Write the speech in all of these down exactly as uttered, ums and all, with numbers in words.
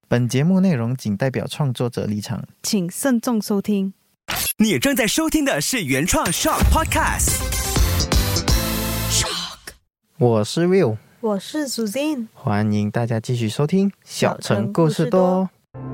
本节目内容仅代表创作者立场， 请慎重收听。 你正在收听的是原创 Shock Podcast。Shock， 我是 Will， 我是 Suzanne， 欢迎大家继续收听小城故事多。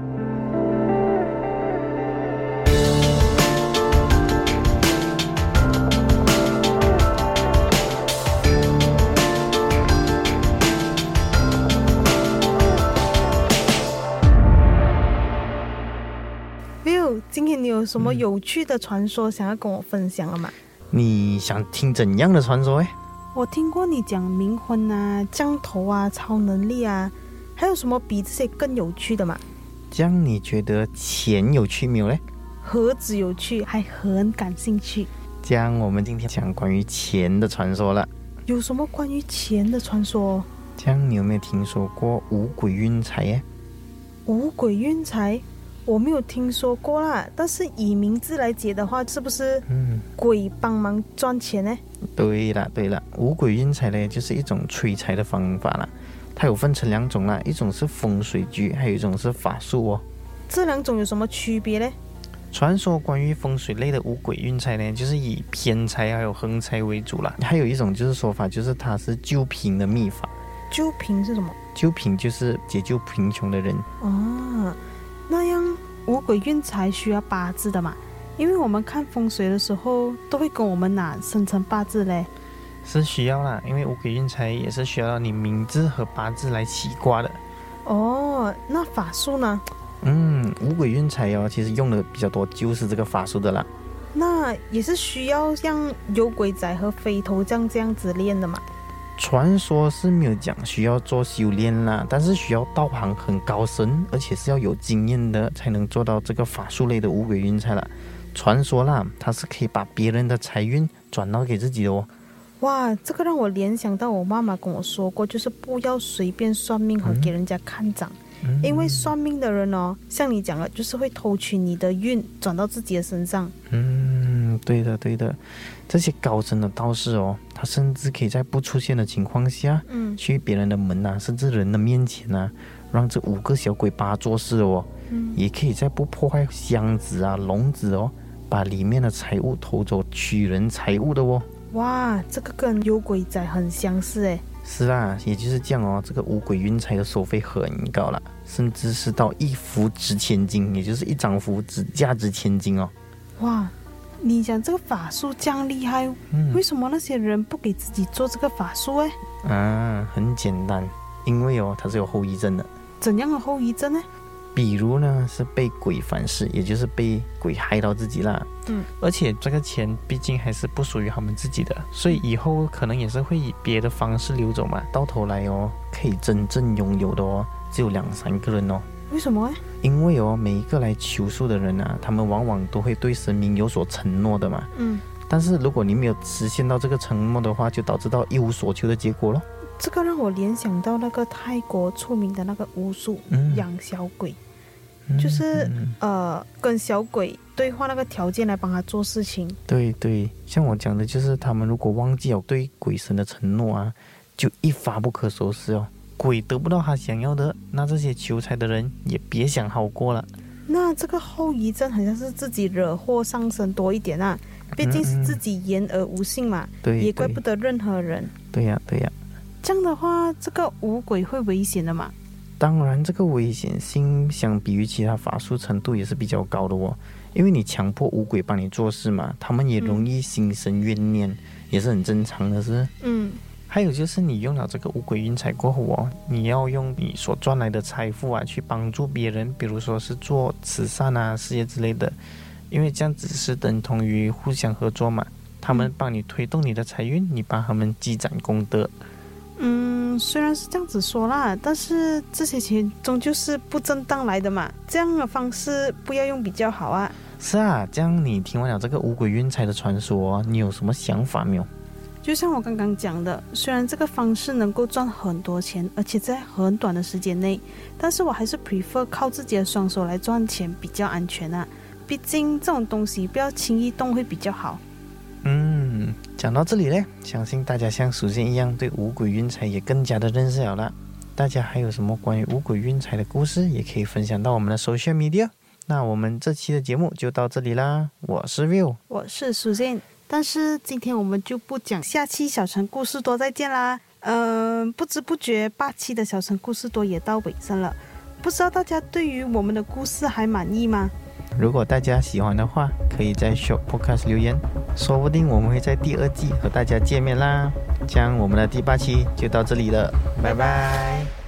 今天你有什么有趣的传说想要跟我分享了吗？ 你想听怎样的传说诶？ 我听过你讲冥婚啊、降头啊、超能力啊，还有什么比这些更有趣的吗？ 这样你觉得钱有趣没有嘞？ 何止有趣，还很感兴趣。 这样我们今天讲关于钱的传说了。 有什么关于钱的传说？ 这样你有没有听说过五鬼运财耶？ 五鬼运财我没有听说过啦，但是以名字来解的话，是不是鬼帮忙赚钱呢？ 嗯、对了对了，五鬼运财呢就是一种催财的方法啦，它有分成两种啦，一种是风水局，还有一种是法术哦。 这两种有什么区别呢？ 传说关于风水类的五鬼运财呢，就是以偏财还有横财为主啦。还有一种就是说法，就是它是救贫的秘法。 救贫是什么？ 救贫就是解救贫穷的人哦。那样五鬼运财需要八字的嘛？因为我们看风水的时候都会跟我们拿生辰八字嘞。 是需要啦，因为五鬼运财也是需要你名字和八字来起卦的。 哦，那法术呢？ 嗯，五鬼运财哦，其实用的比较多就是这个法术的啦。 那也是需要像有鬼仔和飞头这样这样子练的嘛？ 传说是没有讲需要做修炼啦，但是需要道行很高深，而且是要有经验的才能做到这个法术类的五鬼运财啦。传说啦，它是可以把别人的财运转到给自己的哦。 哇，这个让我联想到我妈妈跟我说过，就是不要随便算命和给人家看掌、嗯、因为算命的人哦，像你讲的，就是会偷取你的运转到自己的身上。 嗯，对的对的，这些高深的道士哦，他甚至可以在不出现的情况下，嗯，去别人的门啊，甚至人的面前啊，让这五个小鬼帮他做事哦，嗯，也可以在不破坏箱子啊、笼子哦，把里面的财物偷走，取人财物的哦。 哇，这个跟有鬼仔很相似诶。 是啊，也就是这样哦，这个五鬼运财的收费很高了，甚至是到一符值千金，也就是一张符只价值千金哦。 哇，你讲这个法术这样厉害、嗯、为什么那些人不给自己做这个法术诶？ 啊，很简单，因为哦，它是有后遗症的。 怎样的后遗症呢？ 比如呢，是被鬼反噬，也就是被鬼害到自己啦。嗯，而且这个钱毕竟还是不属于他们自己的，所以以后可能也是会以别的方式流走嘛。到头来哦，可以真正拥有的哦，只有两三个人哦。 为什么？ 因为哦，每一个来求宿的人啊，他们往往都会对神明有所承诺的嘛。嗯，但是如果你没有实现到这个承诺的话，就导致到一无所求的结果咯。 这个让我联想到那个泰国出名的那个巫术、嗯、养小鬼，就是、嗯、呃跟小鬼兑换那个条件来帮他做事情。对对，像我讲的就是他们如果忘记了对鬼神的承诺啊，就一发不可收拾哦。鬼得不到他想要的，那这些求财的人也别想好过了。 那这个后遗症好像是自己惹祸上身多一点啊，毕竟是自己言而无信嘛，嗯嗯也怪不得任何人。 对呀、啊、对呀、啊。 这样的话，这个五鬼会危险的吗？ 当然，这个危险性相比于其他法术程度也是比较高的哦。因为你强迫五鬼帮你做事嘛，他们也容易心生怨念，嗯、也是很正常的是。嗯。还有就是你用了这个五鬼运财过后哦，你要用你所赚来的财富啊，去帮助别人，比如说是做慈善啊、事业之类的，因为这样只是等同于互相合作嘛。他们帮你推动你的财运，你帮他们积攒功德。 嗯，虽然是这样子说啦，但是这些钱终究是不正当来的嘛，这样的方式不要用比较好啊。 是啊，这样你听完了这个五鬼运财的传说，你有什么想法没有？ 就像我刚刚讲的，虽然这个方式能够赚很多钱，而且在很短的时间内，但是我还是 prefer 靠自己的双手来赚钱比较安全啊，毕竟这种东西不要轻易动会比较好。 嗯，讲到这里呢，相信大家像首先一样对五鬼运财也更加的认识了啦。 大家还有什么关于五鬼运财的故事，也可以分享到我们的 social media。那我们这期的节目就到这里啦，我是 Will， 我是 Susan， 但是今天我们就不讲，下期小城故事多再见啦。嗯、呃，不知不觉八期的小城故事多也到尾声了，不知道大家对于我们的故事还满意吗？ 如果大家喜欢的话，可以在 Shop Podcast 留言，说不定我们会在第二季和大家见面啦。这样我们的第八期就到这里了，拜拜。